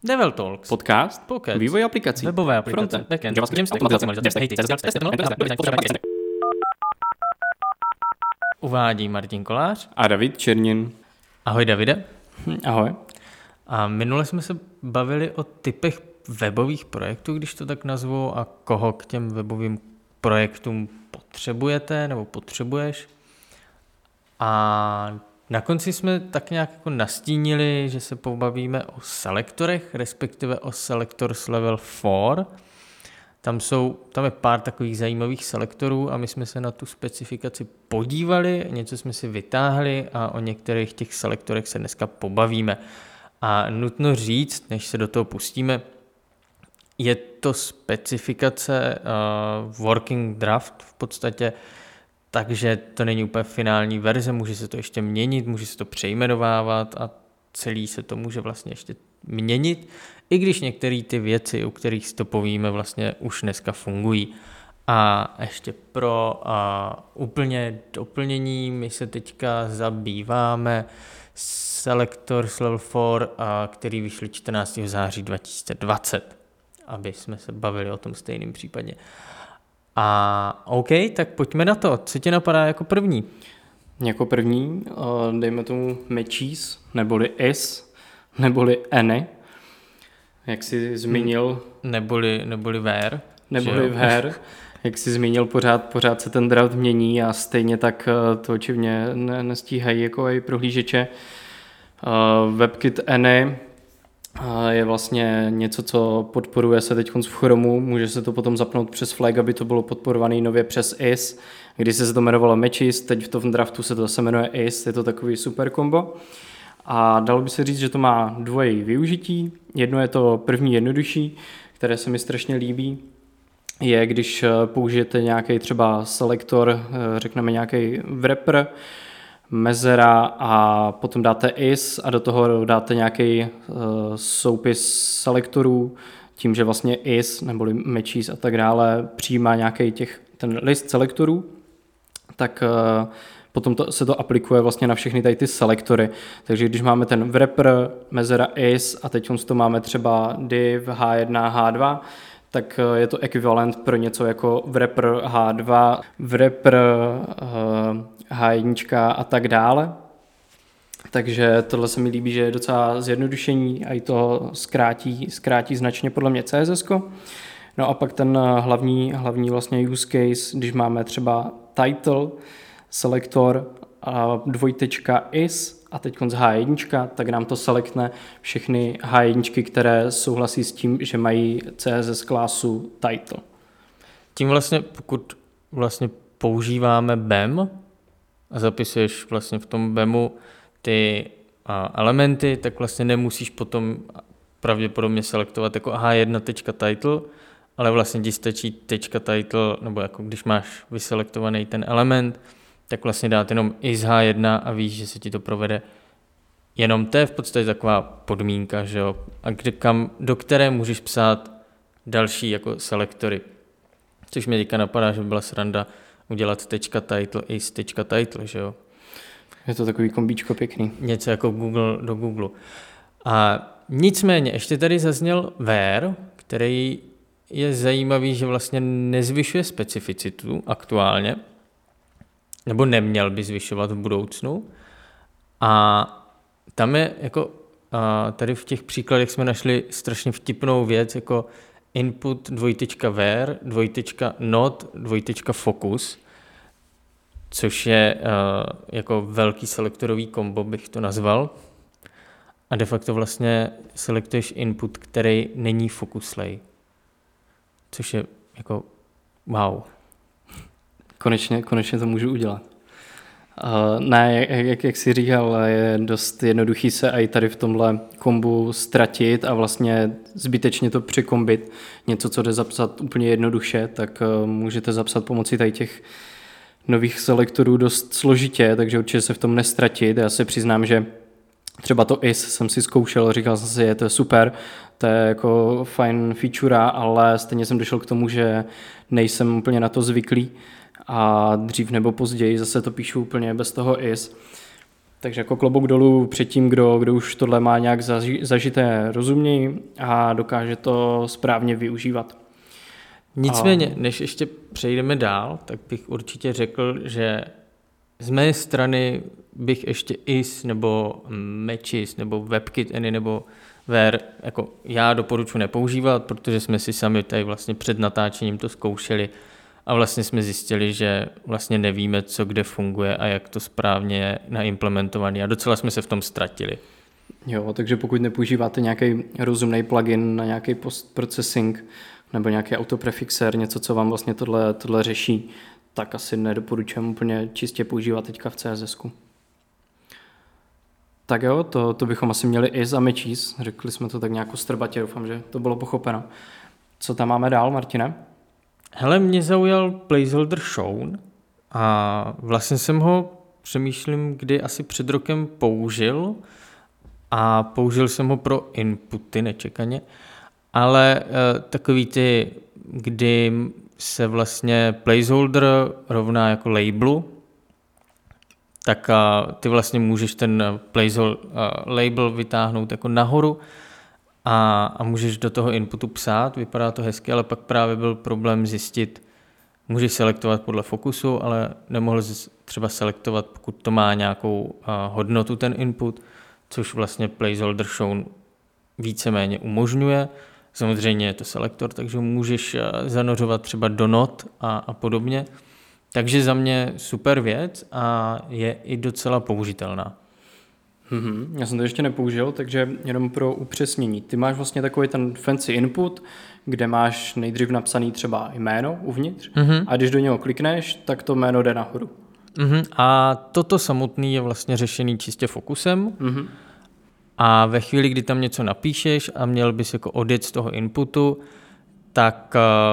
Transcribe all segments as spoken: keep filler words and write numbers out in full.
Devel Talks. Podcast. Podcast. Vývoj aplikací. Webové aplikace. Frontend. Backend. JavaScript. Uvádí Martin Kolář. A David Černin. Ahoj Davide. Ahoj. A minule jsme se bavili o typech webových projektů, když to tak nazvu, a koho k těm webovým projektům potřebujete nebo potřebuješ. A na konci jsme tak nějak jako nastínili, že se pobavíme o selektorech, respektive o Selectors Level čtyři. Tam, jsou, tam je pár takových zajímavých selektorů a my jsme se na tu specifikaci podívali, něco jsme si vytáhli a o některých těch selektorech se dneska pobavíme. A nutno říct, než se do toho pustíme, je to specifikace uh, working draft v podstatě, takže to není úplně finální verze, může se to ještě měnit, může se to přejmenovávat a celý se to může vlastně ještě měnit, i když některé ty věci, u kterých si to povíme, vlastně už dneska fungují. A ještě pro uh, úplně doplnění, my se teďka zabýváme Selectors Level čtyři, uh, který vyšly čtrnáctého září dva tisíce dvacet, aby jsme se bavili o tom stejném případě. A OK, tak pojďme na to. Co tě napadá jako první? Jako první, dejme tomu matches, neboli is, neboli any, jak jsi zmínil. Neboli, neboli where. Neboli where. Jak jsi zmínil, pořád, pořád se ten draft mění a stejně tak to očivně nestíhají jako i prohlížeče. WebKit any je vlastně něco, co podporuje se teď v Chromu, může se to potom zapnout přes flag, aby to bylo podporované nově přes is. Když se to jmenovalo Matches, teď v tom draftu se to zase jmenuje is, je to takový super kombo. A dalo by se říct, že to má dvojí využití. Jedno je to první jednodušší, které se mi strašně líbí, je když použijete nějaký třeba selektor, řekneme nějaký wrapper, mezera a potom dáte is a do toho dáte nějaký uh, soupis selektorů, tím, že vlastně is neboli matches a tak dále přijímá nějaký těch, ten list selektorů, tak uh, potom to, se to aplikuje vlastně na všechny tady ty selektory. Takže když máme ten wrapper, mezera is a teď to máme třeba div há jedna, há dva, tak je to ekvivalent pro něco jako wrapper há dva, wrapper uh, há jedna a tak dále. Takže tohle se mi líbí, že je docela zjednodušení a i to zkrátí, zkrátí značně podle mě C S S ko. No a pak ten hlavní, hlavní vlastně use case, když máme třeba title, selektor a dvojtečka is a teď z há jedna, tak nám to selektne všechny há jedna, které souhlasí s tím, že mají C S S klásu title. Tím vlastně, pokud vlastně používáme B E M a zapisuješ vlastně v tom B E M u ty elementy, tak vlastně nemusíš potom pravděpodobně selektovat jako há jedna tečka title, ale vlastně ti stačí tečka title, nebo jako když máš vyselektovaný ten element, tak vlastně dát jenom is há jedna a víš, že se ti to provede jenom. To je v podstatě taková podmínka, že jo, a kde, kam, do které můžeš psát další jako selektory. Což mě teďka napadá, že by byla sranda udělat tečka title is tečka title, že jo. Je to takový kombíčko pěkný. Něco jako Google do Google. A nicméně, ještě tady zazněl where, který je zajímavý, že vlastně nezvyšuje specificitu aktuálně, nebo neměl by zvyšovat v budoucnu. A tam je jako, a tady v těch příkladech jsme našli strašně vtipnou věc, jako input dvojtečka where, dvojtečka not, dvojtečka focus, což je uh, jako velký selektorový kombo, bych to nazval. A de facto vlastně selektuješ input, který není focuslej. Což je jako wow. Konečně, konečně to můžu udělat. Uh, ne, jak, jak jsi říkal, je dost jednoduchý se i tady v tomhle kombu ztratit a vlastně zbytečně to překombit. Něco, co jde zapsat úplně jednoduše, tak uh, můžete zapsat pomocí tady těch nových selektorů dost složitě, takže určitě se v tom nestratit. Já se přiznám, že třeba to is jsem si zkoušel, říkal jsem si, je to je super, to je jako fajn feature, ale stejně jsem došel k tomu, že nejsem úplně na to zvyklý a dřív nebo později zase to píšu úplně bez toho is. Takže jako klobouk dolů před tím, kdo, kdo už tohle má nějak zaži, zažité rozumněji a dokáže to správně využívat. Nicméně, než ještě přejdeme dál, tak bych určitě řekl, že z mé strany bych ještě I S nebo Matches nebo WebKit Any nebo Where jako já doporučuji nepoužívat, protože jsme si sami tady vlastně před natáčením to zkoušeli a vlastně jsme zjistili, že vlastně nevíme, co kde funguje a jak to správně je naimplementovaný a docela jsme se v tom ztratili. Jo, takže pokud nepoužíváte nějaký rozumný plugin na nějaký post-processing nebo nějaký autoprefixer, něco, co vám vlastně tohle, tohle řeší, tak asi nedoporučujeme úplně čistě používat teďka v C S S ku. Tak jo, to, to bychom asi měli I S a Matches. Řekli jsme to tak nějak strbatě, doufám, že to bylo pochopeno. Co tam máme dál, Martine? Hele, mě zaujal placeholder shown a vlastně jsem ho, přemýšlím, kdy asi před rokem použil a použil jsem ho pro inputy nečekaně, ale e, takový ty, kdy se vlastně placeholder rovná jako labelu, tak a ty vlastně můžeš ten placeholder label vytáhnout jako nahoru a, a můžeš do toho inputu psát, vypadá to hezky, ale pak právě byl problém zjistit, můžeš selektovat podle fokusu, ale nemohl jsi třeba selektovat, pokud to má nějakou a, hodnotu ten input, což vlastně placeholder shown víceméně umožňuje. Samozřejmě je to selektor, takže můžeš zanořovat třeba do not a, a podobně. Takže za mě super věc a je i docela použitelná. Mm-hmm. Já jsem to ještě nepoužil, takže jenom pro upřesnění. Ty máš vlastně takový ten fancy input, kde máš nejdřív napsaný třeba jméno uvnitř mm-hmm. a když do něho klikneš, tak to jméno jde nahoru. Mm-hmm. A toto samotný je vlastně řešený čistě fokusem mm-hmm. a ve chvíli, kdy tam něco napíšeš a měl bys jako odjet z toho inputu, tak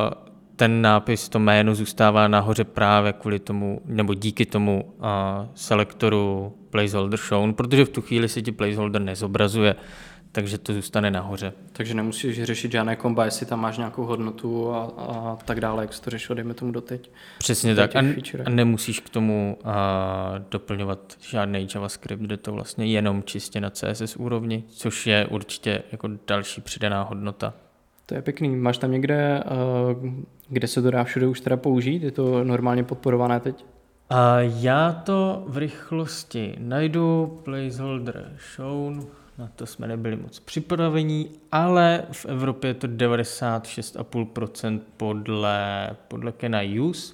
ten nápis, to jméno zůstává nahoře právě kvůli tomu, nebo díky tomu uh, selektoru placeholder shown, protože v tu chvíli se ti placeholder nezobrazuje, takže to zůstane nahoře. Takže nemusíš řešit žádné komba, jestli tam máš nějakou hodnotu a, a tak dále, jak jsi to řešil, dejme tomu doteď. Přesně tak a, a nemusíš k tomu uh, doplňovat žádný JavaScript, jde to vlastně jenom čistě na C S S úrovni, což je určitě jako další přidaná hodnota. To je pěkný. Máš tam někde, kde se to dá všude už teda použít? Je to normálně podporované teď? A já to v rychlosti najdu, placeholder shown, na to jsme nebyli moc připravení, ale v Evropě je to devadesát šest celá pět procenta podle, podle Kena Use.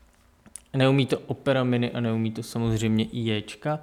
Neumí to Opera Mini a neumí to samozřejmě IEčka,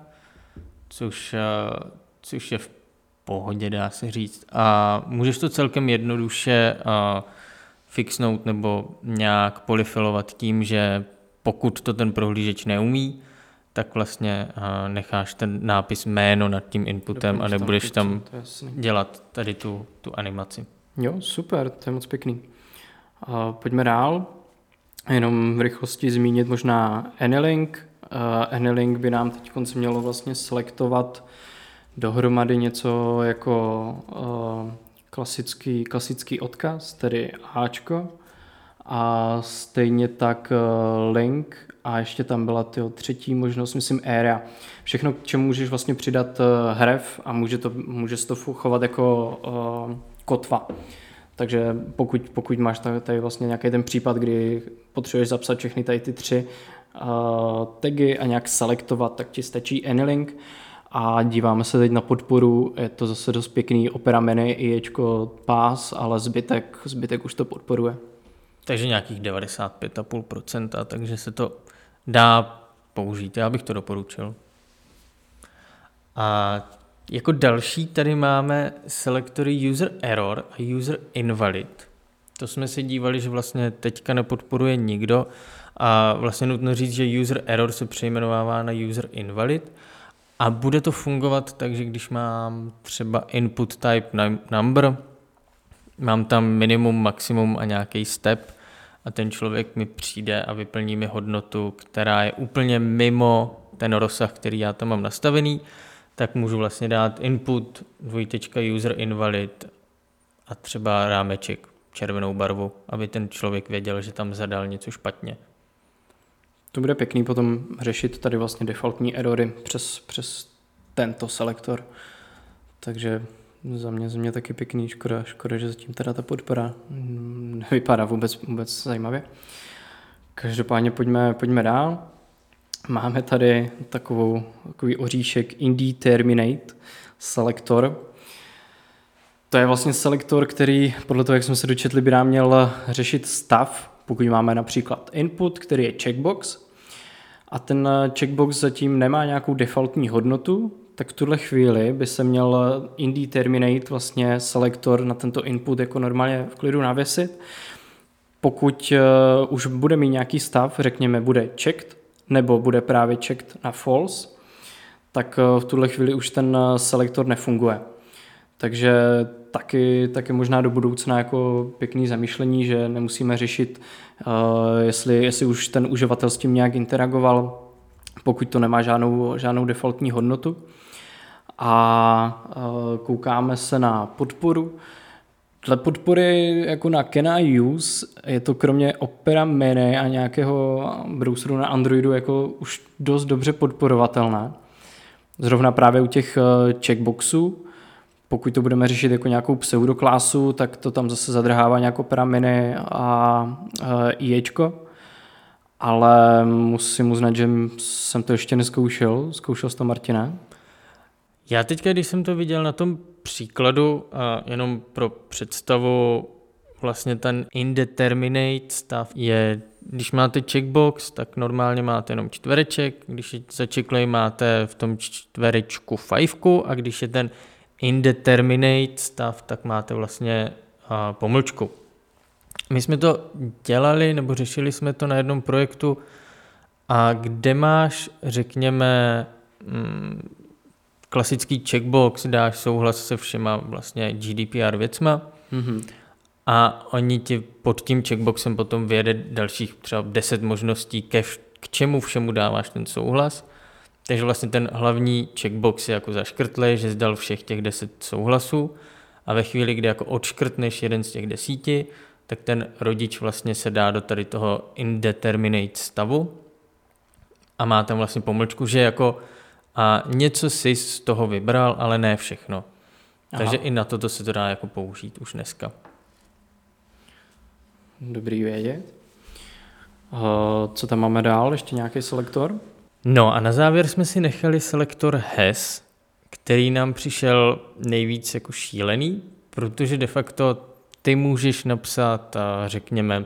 což, což je v pohodě, dá se říct. A můžeš to celkem jednoduše uh, fixnout nebo nějak polyfilovat tím, že pokud to ten prohlížeč neumí, tak vlastně uh, necháš ten nápis jméno nad tím inputem Doplníš a nebudeš tam, tam dělat tady tu, tu animaci. Jo, super, to je moc pěkný. Uh, pojďme dál. Jenom v rychlosti zmínit možná AnyLink. Uh, AnyLink by nám teď mělo vlastně selektovat dohromady něco jako uh, klasický, klasický odkaz, tedy Ačko a stejně tak uh, link a ještě tam byla tyho, třetí možnost, myslím area. Všechno, k čemu můžeš vlastně přidat uh, href a může, to, může se to chovat jako uh, kotva. Takže pokud, pokud máš tady, tady vlastně nějaký ten případ, kdy potřebuješ zapsat všechny tady ty tři uh, tagy a nějak selektovat, tak ti stačí AnyLink. A díváme se teď na podporu, je to zase dost pěkný Opera Mini, IEčko, pás, ale zbytek, zbytek už to podporuje. Takže nějakých devadesát pět celá pět procenta, takže se to dá použít, já bych to doporučil. A jako další tady máme selektory User Error a User Invalid. To jsme se dívali, že vlastně teďka nepodporuje nikdo a vlastně nutno říct, že User Error se přejmenovává na User Invalid. A bude to fungovat tak, že když mám třeba input type number, mám tam minimum, maximum a nějaký step a ten člověk mi přijde a vyplní mi hodnotu, která je úplně mimo ten rozsah, který já tam mám nastavený, tak můžu vlastně dát input dvojtečka user invalid a třeba rámeček červenou barvu, aby ten člověk věděl, že tam zadal něco špatně. To bude pěkný potom řešit tady vlastně defaultní erory přes, přes tento selektor. Takže za mě, za mě taky pěkný, škoda, škoda, že zatím teda ta podpora nevypadá vůbec, vůbec zajímavě. Každopádně pojďme, pojďme dál. Máme tady takovou, takový oříšek Indeterminate selektor. To je vlastně selektor, který podle toho, jak jsme se dočetli, by nám měl řešit stav, pokud máme například input, který je checkbox, a ten checkbox zatím nemá nějakou defaultní hodnotu, tak v tuhle chvíli by se měl Indeterminate vlastně selektor na tento input jako normálně v klidu navěsit. Pokud uh, už bude mít nějaký stav, řekněme bude checked, nebo bude právě checked na false, tak uh, v tuhle chvíli už ten uh, selektor nefunguje. Takže taky, taky možná do budoucna jako pěkný zamýšlení, že nemusíme řešit, uh, jestli, jestli už ten uživatel s tím nějak interagoval, pokud to nemá žádnou, žádnou defaultní hodnotu. A uh, koukáme se na podporu. Dle podpory jako na Can I Use je to kromě Opera Mini a nějakého browseru na Androidu jako už dost dobře podporovatelné. Zrovna právě u těch checkboxů. Pokud to budeme řešit jako nějakou pseudoklásu, tak to tam zase zadrhává nějak Opera Mini a IEčko. Ale musím uznat, že jsem to ještě neskoušel. Zkoušel jsi to, Martine? Já teďka, když jsem to viděl na tom příkladu, a jenom pro představu, vlastně ten indeterminate stav je, když máte checkbox, tak normálně máte jenom čtvereček, když je začeklej, máte v tom čtverečku fajfku a když je ten indeterminate stav, tak máte vlastně a, pomlčku. My jsme to dělali, nebo řešili jsme to na jednom projektu, a kde máš, řekněme, mm, klasický checkbox, dáš souhlas se všema vlastně G D P R věcma mm-hmm. a oni ti pod tím checkboxem potom vyjede dalších třeba deset možností, ke vš- k čemu všemu dáváš ten souhlas. Takže vlastně ten hlavní checkbox je jako zaškrtlej, že zdal všech těch deset souhlasů a ve chvíli, kdy jako odškrtneš jeden z těch desíti, tak ten rodič vlastně se dá do tady toho indeterminate stavu a má tam vlastně pomlčku, že jako a něco si z toho vybral, ale ne všechno. Aha. Takže i na toto se to dá jako použít už dneska. Dobrý vědět. Uh, co tam máme dál? Ještě nějaký selektor? No a na závěr jsme si nechali selektor has, který nám přišel nejvíc jako šílený, protože de facto ty můžeš napsat, řekněme,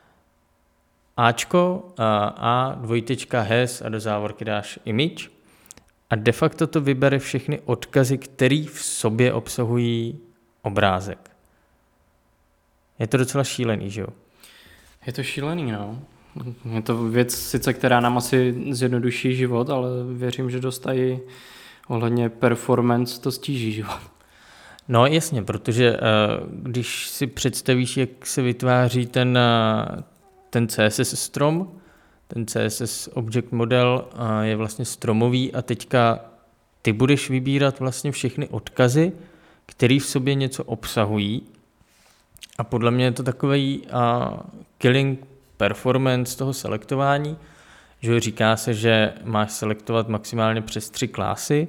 Ačko, a, a dvojtečka has a do závorky dáš image a de facto to vybere všechny odkazy, které v sobě obsahují obrázek. Je to docela šílený, že jo? Je to šílený, no. Je to věc sice, která nám asi zjednoduší život, ale věřím, že dost i ohledně performance to stíží život. No jasně, protože když si představíš, jak se vytváří ten, ten C S S strom, ten C S S object model je vlastně stromový a teďka ty budeš vybírat vlastně všechny odkazy, které v sobě něco obsahují a podle mě je to takový killing performance toho selektování, že říká se, že máš selektovat maximálně přes tři klásy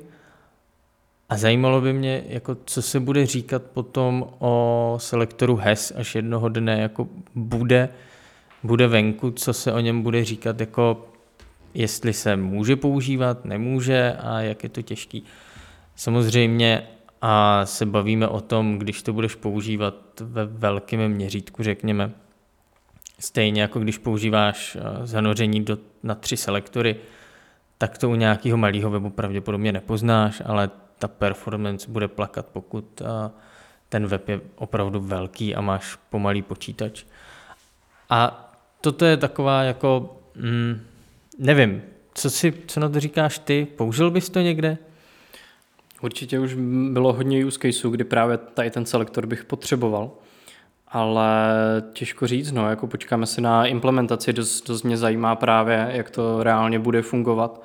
a zajímalo by mě, jako co se bude říkat potom o selektoru has, až jednoho dne jako bude, bude venku, co se o něm bude říkat, jako jestli se může používat, nemůže a jak je to těžký. Samozřejmě a se bavíme o tom, když to budeš používat ve velkém měřítku, řekněme, stejně jako když používáš zanoření do, na tři selektory, tak to u nějakého malého webu pravděpodobně nepoznáš, ale ta performance bude plakat, pokud ten web je opravdu velký a máš pomalý počítač. A toto je taková jako, mm, nevím, co, si, co na to říkáš ty? Použil bys to někde? Určitě už bylo hodně use caseů, kdy právě tady ten selektor bych potřeboval. Ale těžko říct, no, jako počkáme si na implementaci, dost, dost mě zajímá právě, jak to reálně bude fungovat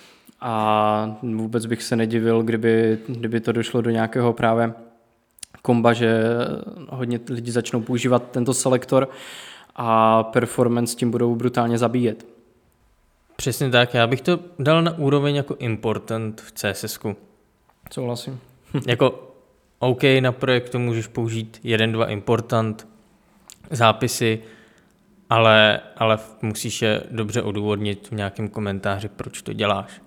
a vůbec bych se nedivil, kdyby, kdyby to došlo do nějakého právě komba, že hodně lidí začnou používat tento selektor a performance tím budou brutálně zabíjet. Přesně tak, já bych to dal na úroveň jako important v C S S ku. Souhlasím. Jako OK, na projektu můžeš použít jeden, dva important, zápisy, ale, ale musíš je dobře odůvodnit v nějakém komentáři, proč to děláš.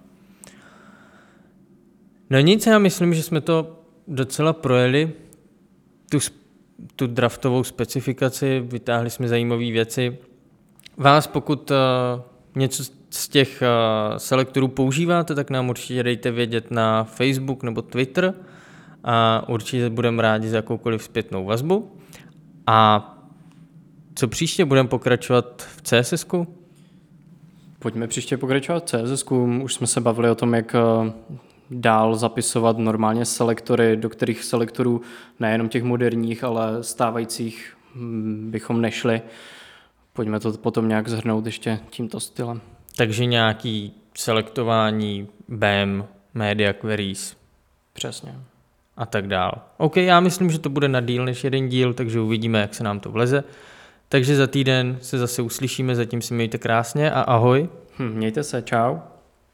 No nic, já myslím, že jsme to docela projeli, tu, tu draftovou specifikaci, vytáhli jsme zajímavé věci. Vás, pokud uh, něco z těch uh, selektorů používáte, tak nám určitě dejte vědět na Facebook nebo Twitter a určitě budeme rádi za jakoukoliv zpětnou vazbu. A co příště, budeme pokračovat v C S S ku? Pojďme příště pokračovat v C S S ku. Už jsme se bavili o tom, jak dál zapisovat normálně selektory, do kterých selektorů nejenom těch moderních, ale stávajících bychom nešli. Pojďme to potom nějak zhrnout ještě tímto stylem. Takže nějaký selektování B E M, media queries. Přesně. A tak dál. OK, já myslím, že to bude na díl než jeden díl, takže uvidíme, jak se nám to vleze. Takže za týden se zase uslyšíme, zatím si mějte krásně a ahoj. Hm, mějte se, čau.